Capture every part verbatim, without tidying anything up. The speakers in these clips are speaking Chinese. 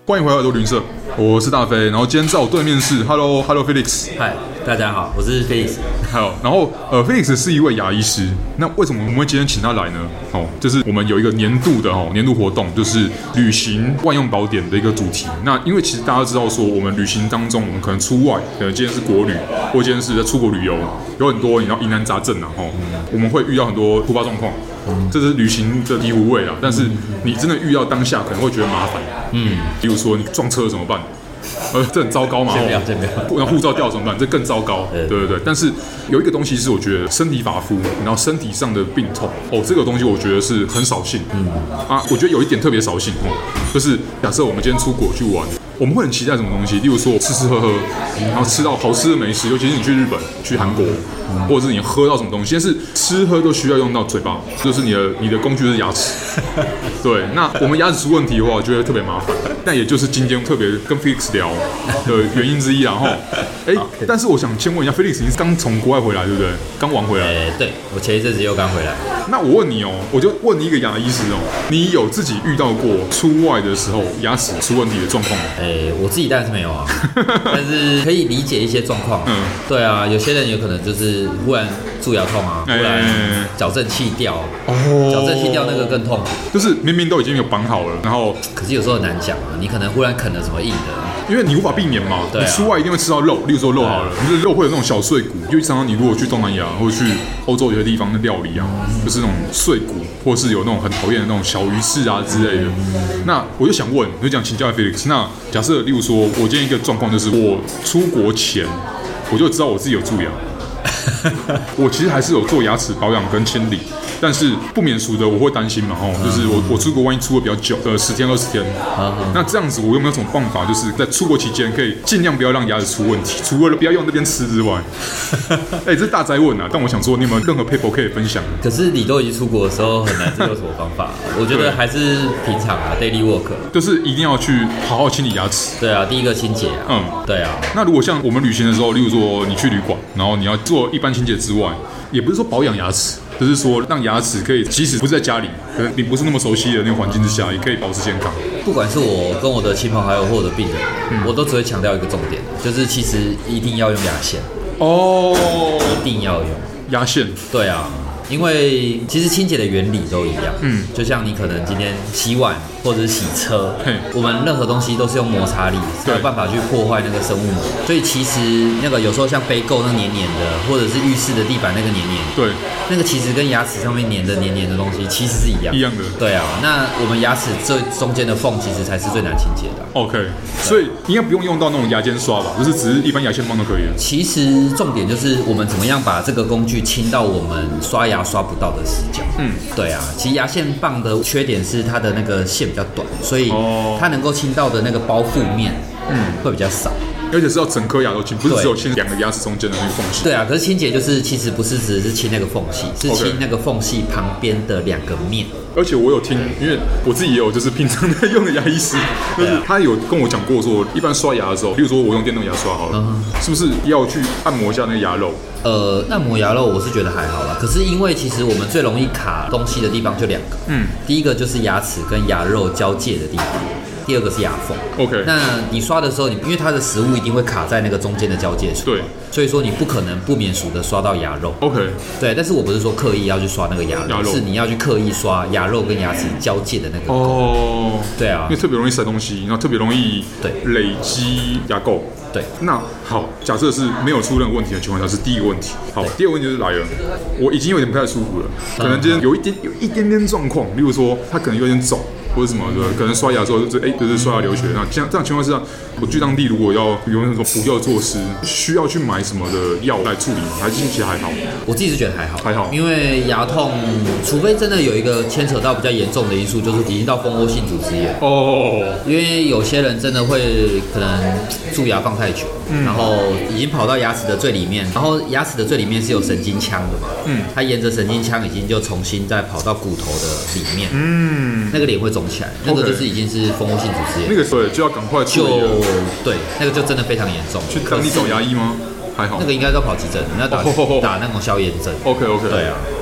欢迎回来耳朵旅行社，我是大飞。然后今天在我对面是 Hello Hello Felix， 嗨，大家好，我是 Felix。 好，然后呃 Felix 是一位牙医师。那为什么我们会今天请他来呢？哦，就是我们有一个年度的哦年度活动，就是旅行万用宝典的一个主题。那因为其实大家知道说，我们旅行当中，我们可能出外，可能今天是国旅，或今天是在出国旅游，有很多你知道疑难杂症啊，哦，我们会遇到很多突发状况。这是旅行的第五位啦，但是你真的遇到当下可能会觉得麻烦，嗯，比如说你撞车怎么办？呃，这很糟糕嘛， 这不要，这不要， 然后护照掉怎么办？这更糟糕，对对对。但是有一个东西是我觉得身体发肤，然后身体上的病痛，哦，这个东西我觉得是很扫兴，嗯啊，我觉得有一点特别扫兴哦，就是假设我们今天出国去玩。我们会很期待什么东西，例如说吃吃喝喝，然后吃到好吃的美食，尤其是你去日本、去韩国，或者是你喝到什么东西，但是吃喝都需要用到嘴巴，就是你的你的工具是牙齿。对，那我们牙齿出问题的话，我觉得特别麻烦。但也就是今天特别跟 Felix 聊的原因之一啦，哈。哎，但是我想先问一下 ，Felix， 你是刚从国外回来，对不对？刚玩回来。 哎，对，我前一阵子又刚回来。 那我问你哦，我就问你一个牙医师哦，你有自己遇到过出外的时候牙齿出问题的状况吗？ 哎，我自己当然是没有啊，但是可以理解一些状况。嗯，对啊，有些人有可能就是忽然蛀牙痛啊，忽然矫正器掉，哦，矫正器掉那个更痛苦。 就是明明都已经有绑好了，然后可是有时候很难讲啊，你可能忽然啃了什么硬的， 因为你无法避免嘛， 对啊， 你出外一定会吃到肉，例如说肉好了，你的肉会有那种小碎骨，就常常你如果去东南亚或者去欧洲有些地方的料理啊，就是那种碎骨，或是有那种很讨厌的那种小鱼翅啊之类的。那我就想问，我就讲请教 Felix， 那假设例如说，我今天一个状况就是我出国前我就知道我自己有蛀牙，我其实还是有做牙齿保养跟清理。但是不免俗的，我会担心嘛，吼，就是我我出国万一出的比较久，呃，十天二十天，那这样子我有没有什么办法，就是在出国期间可以尽量不要让牙齿出问题，除了不要用这边吃之外，哎，这是大哉问啊！但我想说，你有没有任何 paper 可以分享？ 可是你都已经出国的时候，很难知道有什么方法。我觉得还是平常啊 ，daily work， 就是一定要去好好清理牙齿。 对啊，第一个清洁啊，嗯，对啊。 那如果像我们旅行的时候，例如说你去旅馆，然后你要做一般清洁之外，也不是说保养牙齿。就是说，让牙齿可以，即使不是在家里，可能你不是那么熟悉的那个环境之下，也可以保持健康。 不管是我跟我的亲朋好友或我的病人，嗯、我都只会强调一个重点，就是其实一定要用牙线。哦，一定要用牙线。对啊。因为其实清洁的原理都一样，嗯，就像你可能今天洗碗或者是洗车，我们任何东西都是用摩擦力，才有办法去破坏那个生物膜。所以其实那个有时候像杯垢那黏黏的，或者是浴室的地板那个黏黏， 对， 那个其实跟牙齿上面黏的黏黏的东西其实是一样， 一样的。 对啊，那我们牙齿这中间的缝其实才是最难清洁的。 OK， 所以应该不用用到那种牙尖刷吧，就是只是一般牙线棒就可以了。 其实重点就是我们怎么样把这个工具清到我们刷牙刷不到的死角。嗯，对啊，其实牙线棒的缺点是它的那个线比较短，所以它能够清到的那个包覆面，嗯，会比较少。 而且是要整颗牙都清，不是只有清两个牙齿中间的那个缝隙。 对啊，可是清洁就是其实不是只是清那个缝隙，是清那个缝隙旁边的两个面。 而且我有听，因为我自己也有就是平常在用的牙医师，就是他有跟我讲过说，一般刷牙的时候，比如说我用电动牙刷好了，嗯、是不是要去按摩一下那个牙肉？ 呃，按摩牙肉我是觉得还好啦，可是因为其实我们最容易卡东西的地方就两个，嗯，第一个就是牙齿跟牙肉交界的地方。第二个是牙缝 ，OK。 那你刷的时候，你因为它的食物一定会卡在那个中间的交界处， 对， 所以说你不可能不免俗的刷到牙肉 ，OK。 对，但是我不是说刻意要去刷那个牙肉，牙肉是你要去刻意刷牙肉跟牙齿交界的那个沟。哦，对啊， 因为特别容易塞东西，然后特别容易对累积牙垢。 对， 那好，假设是没有出任何问题的情况下，是第一个问题。好，第二个问题就是来了，我已经有点不太舒服了，可能今天有一点有一点点状况，例如说它可能有点肿。或者什么的，可能刷牙之后就哎，就是刷牙流血。那这样这样情况下，我去当地如果要有那种补药措施，需要去买什么的药来处理吗？还是其实还好？ 我自己是觉得还好， 还好， 因为牙痛，除非真的有一个牵扯到比较严重的因素，就是已经到蜂窝性组织炎哦。因为有些人真的会可能蛀牙放太久，嗯、然后已经跑到牙齿的最里面，然后牙齿的最里面是有神经腔的嘛，嗯，它沿着神经腔已经就重新再跑到骨头的里面，嗯，那个脸会肿起来，那个就是已经是蜂窝性组织炎， 那个对就要赶快处理就对，那个就真的非常严重。 去当地找牙医吗？还好， 那个应该都跑急诊，你要打、oh, 打那种消炎针。 OK OK， 对啊。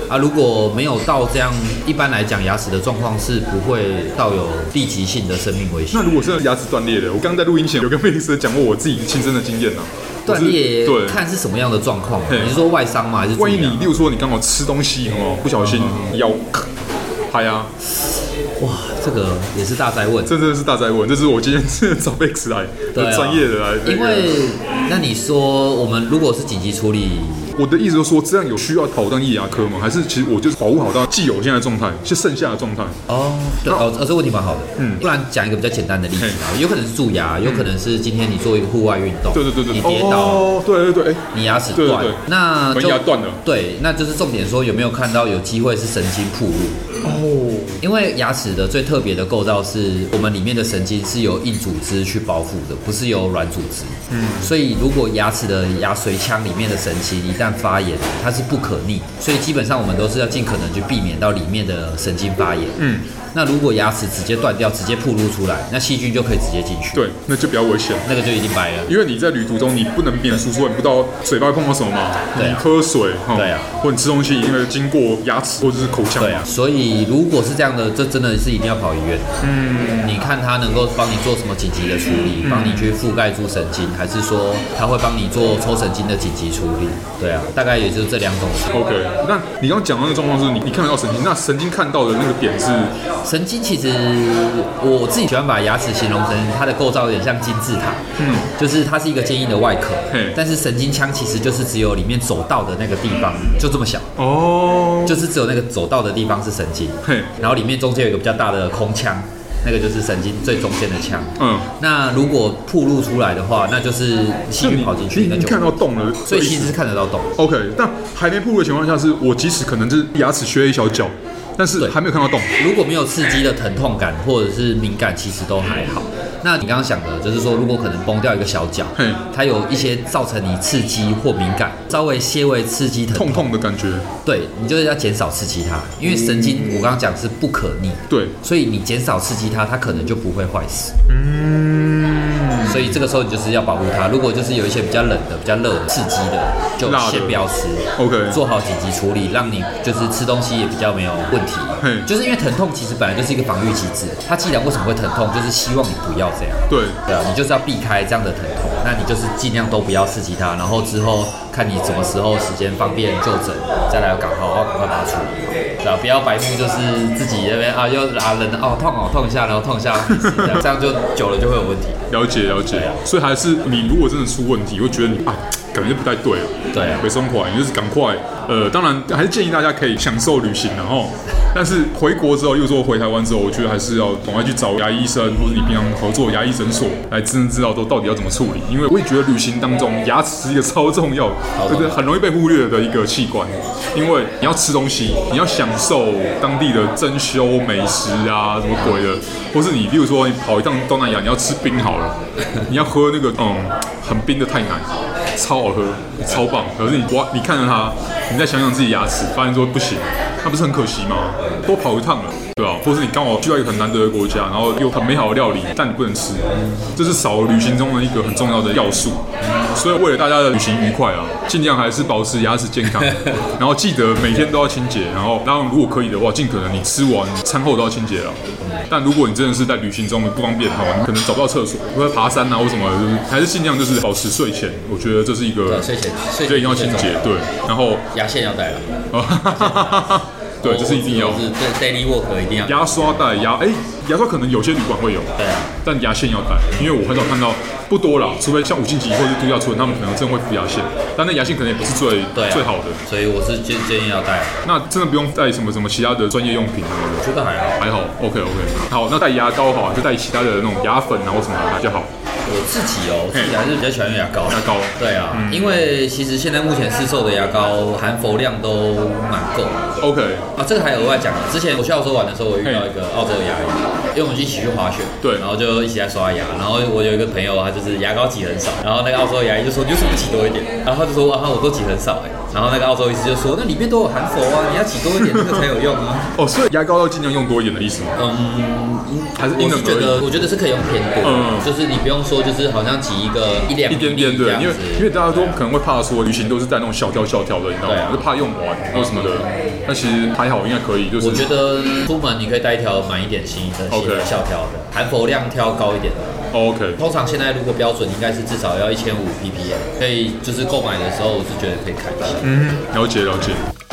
啊，如果没有到这样，一般来讲牙齿的状况是不会到有立即性的生命危险。 那如果是牙齿断裂的，我刚刚在录音前有跟菲利斯讲过我自己亲身的经验啊。 断裂看是什么样的状况？你是说外伤吗？还是万一你，例如说你刚好吃东西哦，不小心咬，拍啊！ 哇，这个也是大哉问， 这真的是大哉问。这是我今天是找 Bex 来，专业的来。 因为那你说我们如果是紧急处理。 我的意思就是说，这样有需要跑到液牙科吗？还是其实我就是保护好到既有现在的状态，是剩下的状态？ 哦，对哦，这个问题蛮好的。嗯，不然讲一个比较简单的例子啊，有可能是蛀牙，有可能是今天你做一个户外运动， 对对对对， 你跌倒， 哦，对对对，哎， 你牙齿断，那门牙断了， 对，那就是重点说有没有看到有机会是神经暴露哦，因为牙齿的最特别的构造是我们里面的神经是由硬组织去包覆的，不是由软组织。嗯，所以如果牙齿的牙髓腔里面的神经一旦发炎，它是不可逆，所以基本上我们都是要尽可能去避免到里面的神经发炎。嗯，那如果牙齿直接断掉，直接暴露出来，那细菌就可以直接进去。 对，那就比较危险， 那个就已经白了。 因为你在旅途中，你不能免俗说你不知道嘴巴会碰到什么嘛， 对、啊， 你喝水哈， 对啊， 或你吃东西因为经过牙齿或者是口腔， 对啊。所以如果是这样的，这真的是一定要跑医院。嗯，你看他能够帮你做什么紧急的处理，帮、嗯、你去覆盖住神经，还是说他会帮你做抽神经的紧急处理？对啊，大概也就是这两种。 OK， 那你刚刚讲到那个状况是你你看得到神经，那神经看到的那个点是神经，其实我自己喜欢把牙齿形容成它的构造有点像金字塔，嗯，就是它是一个坚硬的外壳，但是神经腔其实就是只有里面走道的那个地方就这么小哦，就是只有那个走道的地方是神经，然后里面中间有一个比较大的空腔。那个就是神经最中间的腔，嗯，那如果暴露出来的话，那就是细菌跑进去， 那就看到洞了， 所以其实是看得到洞。 OK， 但还没暴露的情况下，是我即使可能是牙齿缺一小角，但是还没有看到洞。 如果没有刺激的疼痛感或者是敏感，其实都还好。那你刚刚想的就是说，如果可能崩掉一个小角，它有一些造成你刺激或敏感，稍微些微刺激疼痛痛痛的感觉， 对你就是要减少刺激它，因为神经我刚刚讲是不可逆， 对， 所以你减少刺激它，它可能就不会坏死。嗯。所以这个时候你就是要保护它。如果就是有一些比较冷的、比较热的、刺激的，就先不要吃。 OK， 做好紧急处理，让你就是吃东西也比较没有问题。就是因为疼痛其实本来就是一个防御机制，它既然为什么会疼痛，就是希望你不要这样。 对， 对啊，你就是要避开这样的疼痛，那你就是尽量都不要刺激它，然后之后看你什么时候时间方便就诊，再来赶好好赶快把它处理。对啊，不要白目就是自己那边啊又啊人哦痛哦痛一下，然后痛一下，这样就久了就会有问题。 了解了解，啊、所以还是你如果真的出问题，会觉得你啊感觉不太对了， 对啊， 别松快，你就是赶快，呃，当然还是建议大家可以享受旅行，然后，但是回国之后，又说回台湾之后，我觉得还是要赶快去找牙医生或者你平常合作牙医诊所来真正知道都到底要怎么处理，因为我也觉得旅行当中牙齿是一个超重要，就是很容易被忽略的一个器官，因为你要吃东西，你要享受当地的珍馐美食啊，什么鬼的，或是你，例如说你跑一趟东南亚，你要吃冰好了，你要喝那个嗯很冰的泰奶。超好喝，超棒。可是你哇，你看着它，你再想想自己牙齿，发现说不行，那不是很可惜吗？多跑一趟了，对吧？或是你刚好去到一个很难得的国家，然后有很美好的料理，但你不能吃，这是少了旅行中的一个很重要的要素。所以为了大家的旅行愉快啊，尽量还是保持牙齿健康，然后记得每天都要清洁，然后当然如果可以的话，尽可能你吃完餐后都要清洁了。但如果你真的是在旅行中不方便的话，你可能找不到厕所，或者爬山啊或什么的，就是还是尽量就是保持睡前，我觉得这是一个睡前， 睡前一定要清洁，对，然后牙线要带了， 对，这是一定要， 是对 daily work 一定要。 牙刷带牙，哎、欸，牙刷可能有些旅馆会有， 对啊， 但牙线要带，因为我很少看到，不多啦，除非像五星级或者是度假村，他们可能真的会附牙线，但那牙线可能也不是最、啊、最好的， 所以我是建建议要带。 那真的不用带什么什么其他的专业用品啊？ 我觉得还好， 还好 ，OK OK。好，那带牙膏好，就带其他的那种牙粉啊或什么的比较好。 我自己哦，我自己还是比较喜欢用牙膏。 牙膏， 对啊，嗯、因为其实现在目前市售的牙膏含氟量都蛮够。 OK。 啊，这个还额外讲，之前我去澳洲玩的时候，我遇到一个澳洲的牙医，因为我们一起去滑雪， 对， 然后就一起在刷牙，然后我有一个朋友，他就是牙膏挤很少，然后那个澳洲的牙医就说你为什么不挤多一点？然后他就说啊，我都挤很少哎、欸。 然后那个澳洲医师就说，那里面都有含氟啊，你要挤多一点，那个才有用啊。 哦，所以牙膏要尽量用多一点的意思吗？ 嗯， 还是因人而异。 我是觉得，我觉得是可以用偏多， 嗯， 就是你不用说，就是好像挤一个一两一点点对，因为因为大家都可能会怕说旅行都是带那种小条小条的，你知道吗？就怕用完或什么的。但其实还好，应该可以。就是我觉得出门你可以带一条满一点、新一的、细的、小条的，含氟量挑高一点的。 OK， 通常现在如果标准应该是至少要一千五 ppm， 可以就是购买的时候我是觉得可以看一下。 嗯，了解了解。